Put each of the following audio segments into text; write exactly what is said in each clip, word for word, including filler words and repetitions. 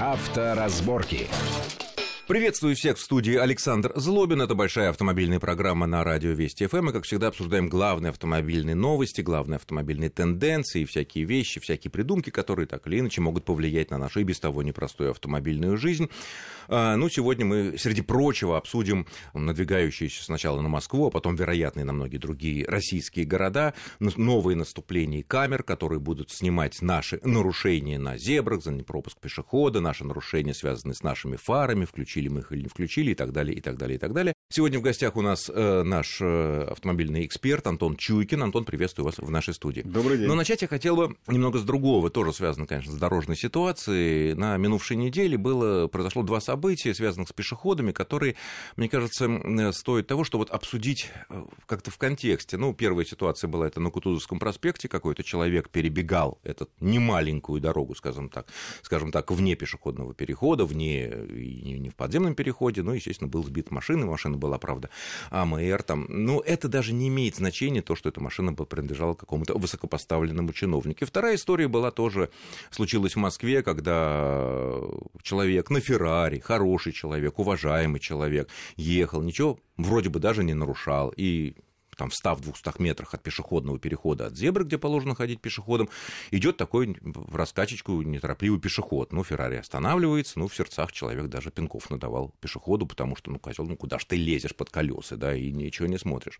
Авторазборки. Приветствую всех в студии Александр Злобин. Это большая автомобильная программа на радио Вести ФМ. Мы, как всегда, обсуждаем главные автомобильные новости, главные автомобильные тенденции, всякие вещи, всякие придумки, которые так или иначе могут повлиять на нашу и без того непростую автомобильную жизнь. Ну, сегодня мы, среди прочего, обсудим надвигающиеся сначала на Москву, а потом, вероятно, и на многие другие российские города, новые наступления камер, которые будут снимать наши нарушения на зебрах, за непропуск пешехода, наши нарушения, связанные с нашими фарами, включительно включили мы их или не включили, и так далее, и так далее, и так далее. Сегодня в гостях у нас э, наш э, автомобильный эксперт Антон Чуйкин. Антон, приветствую вас в нашей студии. Добрый день. Но начать я хотел бы немного с другого, тоже связано, конечно, с дорожной ситуацией. На минувшей неделе было, произошло два события, связанных с пешеходами, которые, мне кажется, стоят того, чтобы вот обсудить как-то в контексте. Ну, первая ситуация была это на Кутузовском проспекте. Какой-то человек перебегал эту немаленькую дорогу, скажем так, скажем так, вне пешеходного перехода, вне, не в подземном переходе, но, естественно, был сбит машиной, машина была, правда, АМР там, но это даже не имеет значения, то, что эта машина принадлежала какому-то высокопоставленному чиновнику. И вторая история была тоже, случилась в Москве, когда человек на Феррари, хороший человек, уважаемый человек, ехал, ничего вроде бы даже не нарушал, и там, встав в двухстах метрах от пешеходного перехода, от зебры, где положено ходить пешеходом, идет такой в раскачечку неторопливый пешеход. Ну, Феррари останавливается, ну, в сердцах человек даже пинков надавал пешеходу, потому что, ну, козел, ну, куда ж ты лезешь под колеса, да, и ничего не смотришь.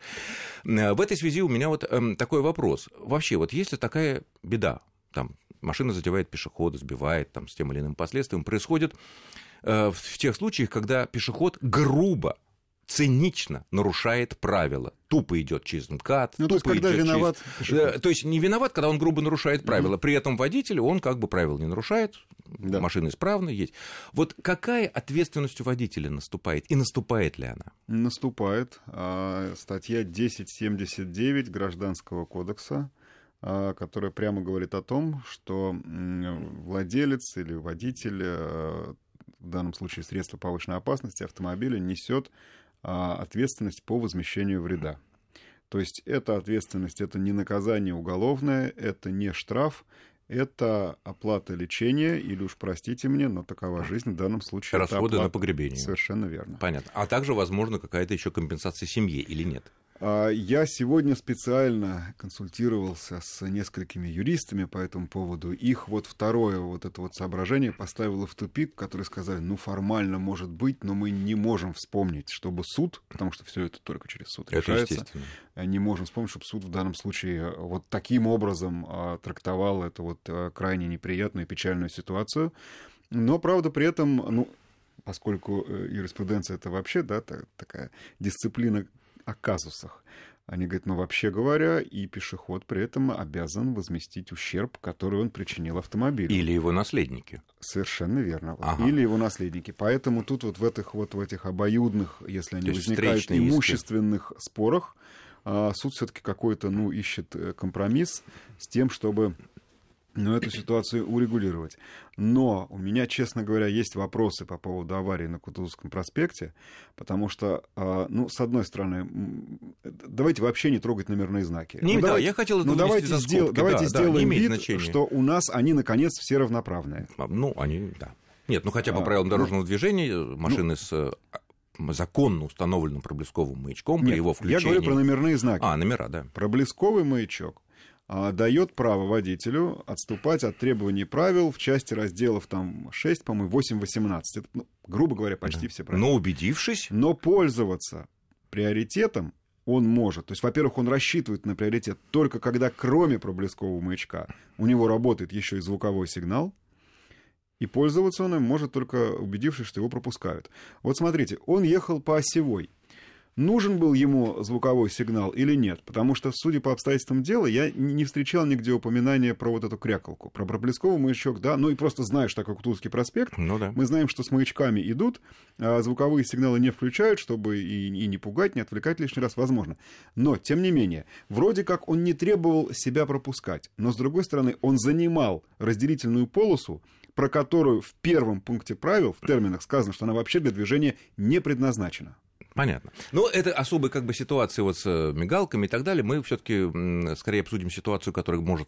В этой связи у меня вот э, такой вопрос. Вообще, вот если такая беда, там, машина задевает пешехода, сбивает, там, с тем или иным последствием, происходит э, в тех случаях, когда пешеход грубо, цинично нарушает правила, тупо идет через МКАД. Ну, то есть, когда виноват через... пешеход. То есть, не виноват, когда он грубо нарушает правила. Mm-hmm. При этом водитель, он как бы правил не нарушает, да. Машина исправна, есть. Вот какая ответственность у водителя наступает? И наступает ли она? Наступает. Статья десять семьдесят девять Гражданского кодекса, которая прямо говорит о том, что владелец или водитель, в данном случае средства повышенной опасности, автомобиля, несет ответственность по возмещению вреда. То есть эта ответственность, это не наказание уголовное, это не штраф, это оплата лечения, или уж простите мне, но такова жизнь в данном случае. Расходы на погребение. Совершенно верно. Понятно. А также, возможно, какая-то еще компенсация семье или нет? Я сегодня специально консультировался с несколькими юристами по этому поводу. Их вот второе вот это вот соображение поставило в тупик, которые сказали, ну, формально может быть, но мы не можем вспомнить, чтобы суд, потому что все это только через суд это решается, не можем вспомнить, чтобы суд в данном случае вот таким образом трактовал эту вот крайне неприятную и печальную ситуацию. Но, правда, при этом, ну, поскольку юриспруденция — это вообще, да, такая дисциплина о казусах. Они говорят, ну, вообще говоря, и пешеход при этом обязан возместить ущерб, который он причинил автомобилю. Или его наследники. Совершенно верно. Ага. Или его наследники. Поэтому тут вот в этих, вот в этих обоюдных, если они возникают, имущественных иски. спорах, суд все-таки какой-то, ну, ищет компромисс с тем, чтобы... но эту ситуацию урегулировать. Но у меня, честно говоря, есть вопросы по поводу аварии на Кутузовском проспекте, потому что, ну, с одной стороны, давайте вообще не трогать номерные знаки. Не, ну, да, давайте, я хотел это ну, давайте, за сдел, скобки, давайте да, сделаем да, вид, значения. что у нас они, наконец, все равноправные. Ну, они, да. Нет, ну, хотя бы а, правилам дорожного ну, движения машины ну, с... законно установленным проблесковым маячком, нет, при его включении... Я говорю про номерные знаки. А, номера, да. Проблесковый маячок дает право водителю отступать от требований правил в части разделов там шесть, по-моему, восемь восемнадцать. Это, ну, грубо говоря, почти да. все правила. Но убедившись... Но пользоваться приоритетом он может. То есть, во-первых, он рассчитывает на приоритет только когда, кроме проблескового маячка, у него работает еще и звуковой сигнал, и пользоваться он им может только убедившись, что его пропускают. Вот смотрите, он ехал по осевой. Нужен был ему звуковой сигнал или нет? Потому что, судя по обстоятельствам дела, я не встречал нигде упоминания про вот эту крякалку, про проблесковый маячок, да, ну и просто знаешь, так как Кутузовский проспект, ну, да. мы знаем, что с маячками идут, а звуковые сигналы не включают, чтобы и, и не пугать, не отвлекать лишний раз, возможно. Но, тем не менее, вроде как он не требовал себя пропускать, но, с другой стороны, он занимал разделительную полосу, про которую в первом пункте правил, в терминах сказано, что она вообще для движения не предназначена. Понятно. Но это особая как бы ситуация вот с мигалками и так далее. Мы все-таки скорее обсудим ситуацию, которая может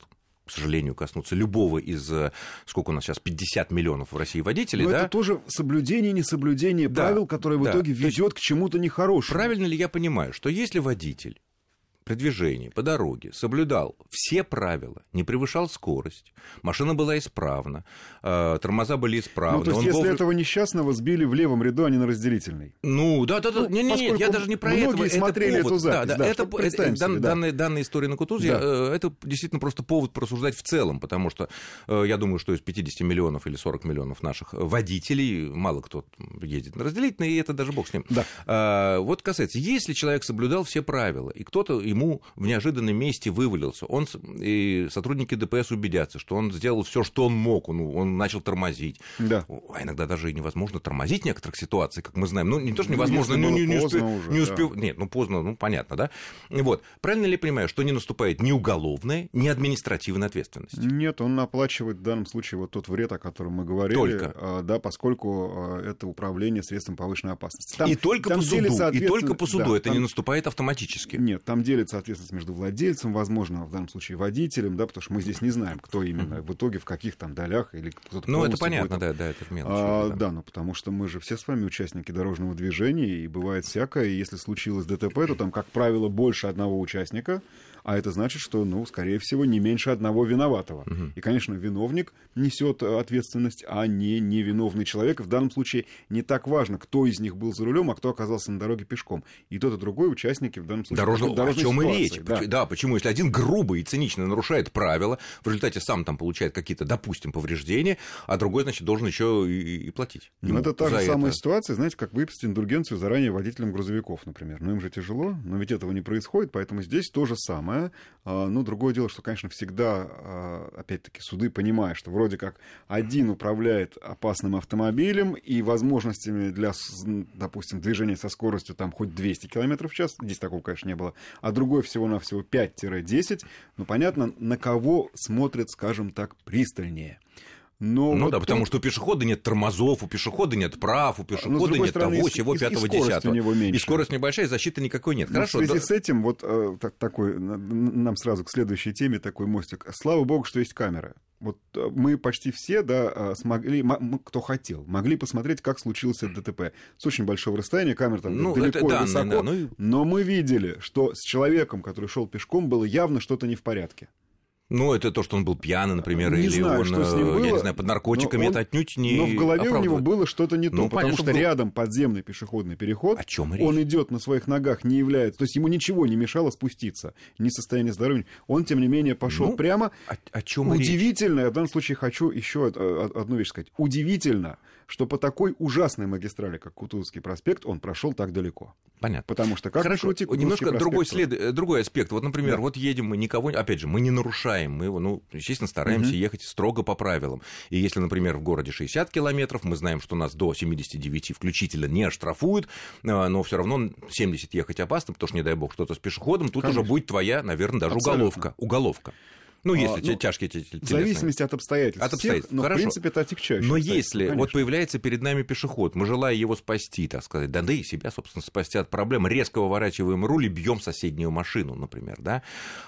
к сожалению, коснуться любого из, сколько у нас сейчас, пятьдесят миллионов в России водителей. Но да? это тоже соблюдение, несоблюдение да, правил, которое в да. итоге ведет к чему-то нехорошему. Правильно ли я понимаю, что если водитель при движении по дороге соблюдал все правила, не превышал скорость, машина была исправна, э, тормоза были исправны. Ну, то есть, он если вовремя... этого несчастного сбили в левом ряду, а не на разделительной. Ну, да, да, да. Ну, не, не, нет, я даже не про это. Многие смотрели это эту запись. Да, да, да, это, это, себе, дан, да. данная, данная история на Кутузе, да. э, это действительно просто повод порассуждать в целом, потому что э, я думаю, что из пятьдесят миллионов или сорок миллионов наших водителей мало кто ездит на разделительной, и это даже бог с ним. Да. А, вот касается, если человек соблюдал все правила, и кто-то ему в неожиданном месте вывалился, он, и сотрудники ДПС убедятся, что он сделал все, что он мог, он, он начал тормозить. Да. А иногда даже и невозможно тормозить в некоторых ситуациях, как мы знаем. Ну, не то, что невозможно, ну, не, не, успе... уже, не успев... Да. Нет, ну поздно, ну понятно, да? Вот. Правильно ли я понимаю, что не наступает ни уголовная, ни административная ответственность? Нет, он оплачивает в данном случае вот тот вред, о котором мы говорили. Только. А, да, поскольку а, это управление средством повышенной опасности. Там, и только там по суду, ответствен... и только по суду, да, это там... не наступает автоматически. Нет, там делится ответственность между владельцем, возможно, в данном случае водителем, да, потому что мы здесь не знаем, кто именно mm-hmm. в итоге, в каких там долях или кто-то. Ну, это понятно, будет... да, да, это мелочь. А, да. да, ну потому что мы же все с вами участники дорожного движения, и бывает всякое, и если случилось ДТП, то там, как правило, больше одного участника, а это значит, что, ну, скорее всего, не меньше одного виноватого. Uh-huh. И, конечно, виновник несет ответственность, а не невиновный человек. В данном случае не так важно, кто из них был за рулем, а кто оказался на дороге пешком. И тот, и другой участники в данном случае дорожного, дорожной о чем ситуации. и речь. Да. да, почему? Если один грубо и цинично нарушает правила, в результате сам там получает какие-то, допустим, повреждения, а другой, значит, должен еще и, и платить. Ну, это та же это. самая ситуация, знаете, как выписать индульгенцию заранее водителям грузовиков, например. Ну, им же тяжело, но ведь этого не происходит, поэтому здесь то же самое. Ну, другое дело, что, конечно, всегда, опять-таки, суды, понимая, что вроде как один управляет опасным автомобилем и возможностями для, допустим, движения со скоростью там хоть двести километров в час, здесь такого, конечно, не было, а другой всего-навсего пять-десять, ну, понятно, на кого смотрят, скажем так, пристальнее. Но ну вот да, тут... потому что у пешехода нет тормозов, у пешехода нет прав, у пешехода нет стороны, того, и, всего, и, пятого, и десятого. И скорость небольшая, защиты никакой нет. Но Хорошо. В связи да... с этим, вот э, так, такой, нам сразу к следующей теме такой мостик. Слава богу, что есть камеры. Вот мы почти все, да, смогли, кто хотел, могли посмотреть, как случилось это ДТП. С очень большого расстояния, камера там ну, далеко и высоко, да, ну... но мы видели, что с человеком, который шел пешком, было явно что-то не в порядке. Ну, это то, что он был пьяный, например, не или знаю, он, что с ним было, я не знаю, под наркотиками, он, это отнюдь не но в голове оправдывает. у него было что-то не то, ну, потому понятно, что был... рядом подземный пешеходный переход, о чем речь? Он идет на своих ногах, не является, то есть ему ничего не мешало спуститься, ни состояние здоровья, он, тем не менее, пошел ну, прямо. О, о чем Удивительно, речь? я в данном случае хочу еще одну вещь сказать. Удивительно, что по такой ужасной магистрали, как Кутузовский проспект, он прошел так далеко. Понятно. Потому что, как Хорошо, крути, немножко другой, след... другой аспект. Вот, например, да. вот едем мы, никого, опять же, мы не нарушаем, мы его, ну, естественно, стараемся угу. ехать строго по правилам. И если, например, в городе шестьдесят километров, мы знаем, что нас до семидесяти девяти включительно не оштрафуют, но все равно семьдесят ехать опасно, потому что, не дай бог, что-то с пешеходом, тут Конечно. уже будет твоя, наверное, даже Абсолютно. уголовка. Уголовка. Ну, если а, ну, тяжкие телесные. В зависимости от обстоятельств. От обстоятельств. Всех, но, Хорошо. в принципе, это отягчающее. Но если вот появляется перед нами пешеход, мы желая его спасти, так сказать, да, да и себя, собственно, спасти от проблем, резко выворачиваем руль и бьем соседнюю машину, например, да,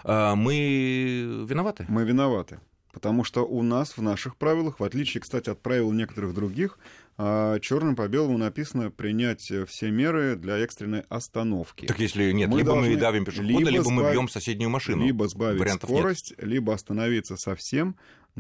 мы виноваты? Мы виноваты. Потому что у нас в наших правилах, в отличие, кстати, от правил некоторых других, черным по белому написано принять все меры для экстренной остановки. Так если нет, мы либо мы давим пешехода, либо, либо мы бьем соседнюю машину. Либо сбавить Вариантов скорость, нет. либо остановиться совсем.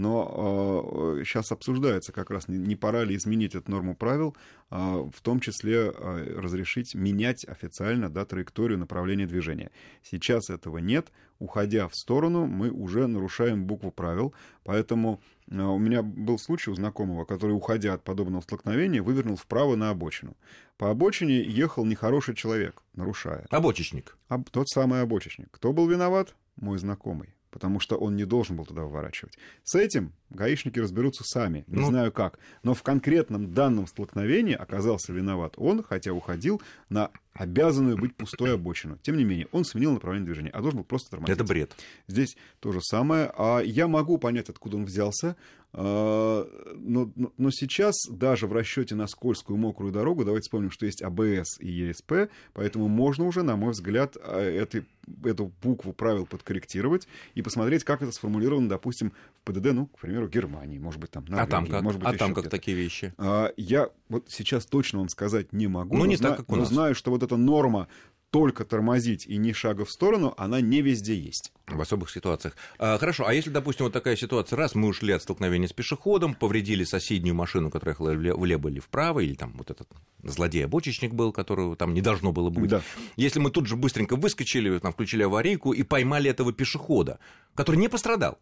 Но э, сейчас обсуждается как раз, не, не пора ли изменить эту норму правил, э, в том числе э, разрешить менять официально, да, траекторию направления движения. Сейчас этого нет. Уходя в сторону, мы уже нарушаем букву правил. Поэтому э, у меня был случай у знакомого, который, уходя от подобного столкновения, вывернул вправо на обочину. По обочине ехал нехороший человек, нарушая. Обочечник. А, тот самый обочечник. Кто был виноват? Мой знакомый. Потому что он не должен был туда выворачивать. С этим гаишники разберутся сами, не ну... знаю как. Но в конкретном данном столкновении оказался виноват он, хотя уходил на обязанную быть пустой обочину. Тем не менее, он сменил направление движения, а должен был просто тормозить. Это бред. Здесь то же самое. А я могу понять, откуда он взялся, но, но, но сейчас даже в расчете на скользкую мокрую дорогу, давайте вспомним, что есть АБС и ЕСП, поэтому можно уже, на мой взгляд, эту, эту букву правил подкорректировать и посмотреть, как это сформулировано, допустим, в ПДД, ну, к примеру, Германии, может быть, там, Норвегии, а там как, может быть, а там как где-то. Такие вещи? Я вот сейчас точно вам сказать не могу, ну, но, не зна- так, как у но нас. знаю, что вот эта норма только тормозить и ни шага в сторону, она не везде есть. В особых ситуациях. А, хорошо, а если, допустим, вот такая ситуация, раз мы ушли от столкновения с пешеходом, повредили соседнюю машину, которая ехала влево или вправо, или там вот этот злодей-обочечник был, которого там не должно было быть. Да. Если мы тут же быстренько выскочили, там, включили аварийку и поймали этого пешехода, который не пострадал,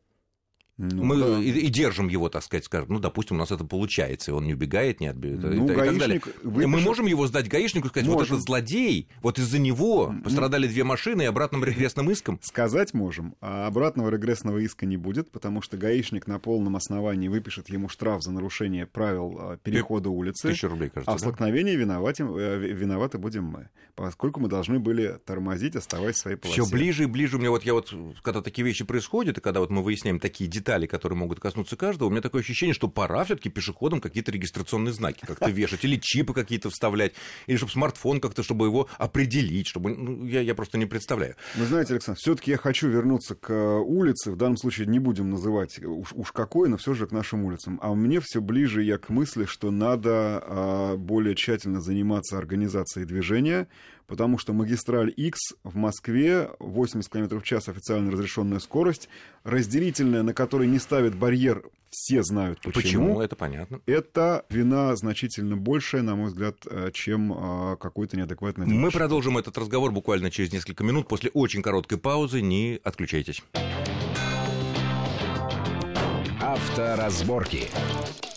ну, мы да. и, и держим его, так сказать, скажем, ну, допустим, у нас это получается, и он не убегает, не отбивает, ну, и, и так далее. Выпишет... Мы можем его сдать гаишнику и сказать, можем. Вот этот злодей, вот из-за него пострадали две машины, и обратным регрессным иском? Сказать можем, а обратного регрессного иска не будет, потому что гаишник на полном основании выпишет ему штраф за нарушение правил перехода улицы, Тысячу рублей, кажется, а в столкновении да? виноваты, виноваты будем мы, поскольку мы должны были тормозить, оставаясь в своей полосе. Все ближе и ближе у меня, вот я вот, когда такие вещи происходят, и когда вот мы выясняем такие детали, детали, которые могут коснуться каждого, у меня такое ощущение, что пора все-таки пешеходам какие-то регистрационные знаки как-то вешать, или чипы какие-то вставлять, или чтобы смартфон как-то, чтобы его определить, чтобы... Ну, я, я просто не представляю. Вы знаете, Александр, все-таки я хочу вернуться к улице, в данном случае не будем называть уж, уж какой, но все же к нашим улицам. А мне все ближе я к мысли, что надо а, более тщательно заниматься организацией движения, потому что магистраль X в Москве, восемьдесят километров в час официально разрешенная скорость, разделительная, на которой не ставят барьер, все знают почему. Почему, это понятно. Это вина значительно большая, на мой взгляд, чем какой-то неадекватный движение. Мы продолжим этот разговор буквально через несколько минут, после очень короткой паузы, не отключайтесь. Авторазборки.